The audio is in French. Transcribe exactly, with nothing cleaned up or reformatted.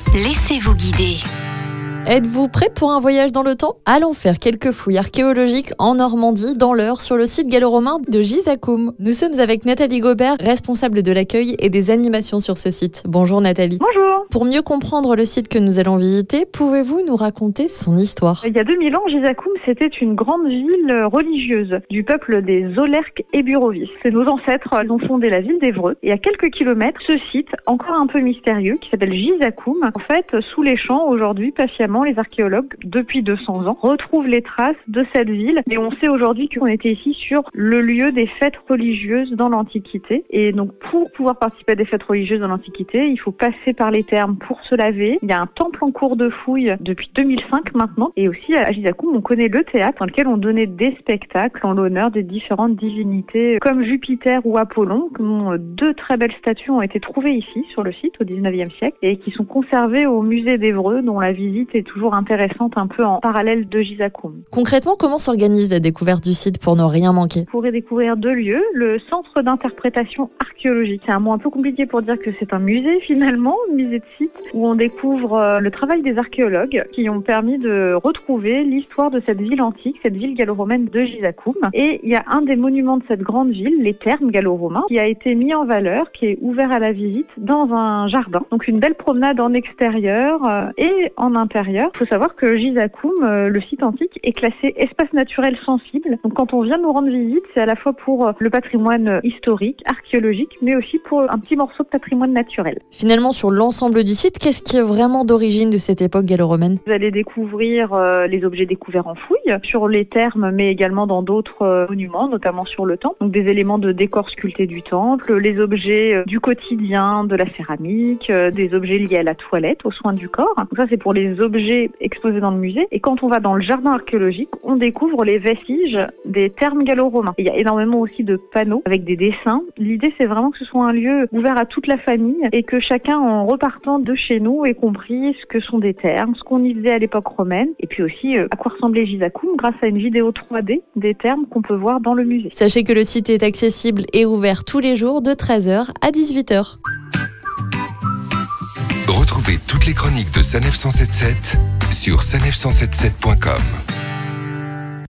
Laissez-vous guider. Êtes-vous prêt pour un voyage dans le temps ? Allons faire quelques fouilles archéologiques en Normandie, dans l'Eure, sur le site gallo-romain de Gizacoum. Nous sommes avec Nathalie Gobert, responsable de l'accueil et des animations sur ce site. Bonjour Nathalie. Bonjour. Pour mieux comprendre le site que nous allons visiter, pouvez-vous nous raconter son histoire ? Il y a deux mille ans, Gizacoum, c'était une grande ville religieuse du peuple des Aulerques et Burovis. C'est nos ancêtres qui ont fondé la ville d'Évreux. Et à quelques kilomètres, ce site, encore un peu mystérieux, qui s'appelle Gizacoum, en fait, sous les champs, aujourd'hui, patiemment, les archéologues, depuis deux cents ans, retrouvent les traces de cette ville. Et on sait aujourd'hui qu'on était ici sur le lieu des fêtes religieuses dans l'Antiquité. Et donc, pour pouvoir participer à des fêtes religieuses dans l'Antiquité, il faut passer par les thermes pour se laver. Il y a un temple en cours de fouille depuis deux mille cinq maintenant. Et aussi, à Gizacoum, on connaît le théâtre dans lequel on donnait des spectacles en l'honneur des différentes divinités comme Jupiter ou Apollon. Deux très belles statues ont été trouvées ici, sur le site, au dix-neuvième siècle, et qui sont conservées au musée d'Évreux, dont la visite est toujours intéressante, un peu en parallèle de Gizacoum. Concrètement, comment s'organise la découverte du site pour ne rien manquer ? Vous pourrez découvrir deux lieux. Le centre d'interprétation archéologique. C'est un mot un peu compliqué pour dire que c'est un musée finalement, un musée de site, où on découvre le travail des archéologues qui ont permis de retrouver l'histoire de cette ville antique, cette ville gallo-romaine de Gizacoum. Et il y a un des monuments de cette grande ville, les thermes gallo-romains, qui a été mis en valeur, qui est ouvert à la visite dans un jardin. Donc une belle promenade en extérieur et en intérieur. Il faut savoir que Gizacoum, le site antique, est classé espace naturel sensible. Donc quand on vient nous rendre visite, c'est à la fois pour le patrimoine historique, archéologique, mais aussi pour un petit morceau de patrimoine naturel. Finalement, sur l'ensemble du site, qu'est-ce qui est vraiment d'origine de cette époque gallo-romaine ? Vous allez découvrir euh, les objets découverts en fouille, sur les thermes, mais également dans d'autres euh, monuments, notamment sur le temple. Donc des éléments de décor sculpté du temple, les objets euh, du quotidien, de la céramique, euh, des objets liés à la toilette, aux soins du corps. Donc ça, c'est pour les objets exposés dans le musée. Et quand on va dans le jardin archéologique, on découvre les vestiges des thermes gallo-romains. Il y a énormément aussi de panneaux avec des dessins. L'idée, c'est vraiment que ce soit un lieu ouvert à toute la famille et que chacun, en repartant de chez nous, ait compris ce que sont des thermes, ce qu'on y faisait à l'époque romaine, et puis aussi euh, à quoi ressemblait Gizacoum grâce à une vidéo trois D des thermes qu'on peut voir dans le musée. Sachez que le site est accessible et ouvert tous les jours de treize heures à dix-huit heures. Retrouvez toutes les chroniques de Sanef cent soixante-dix-sept sur sanef cent soixante-dix-sept point com.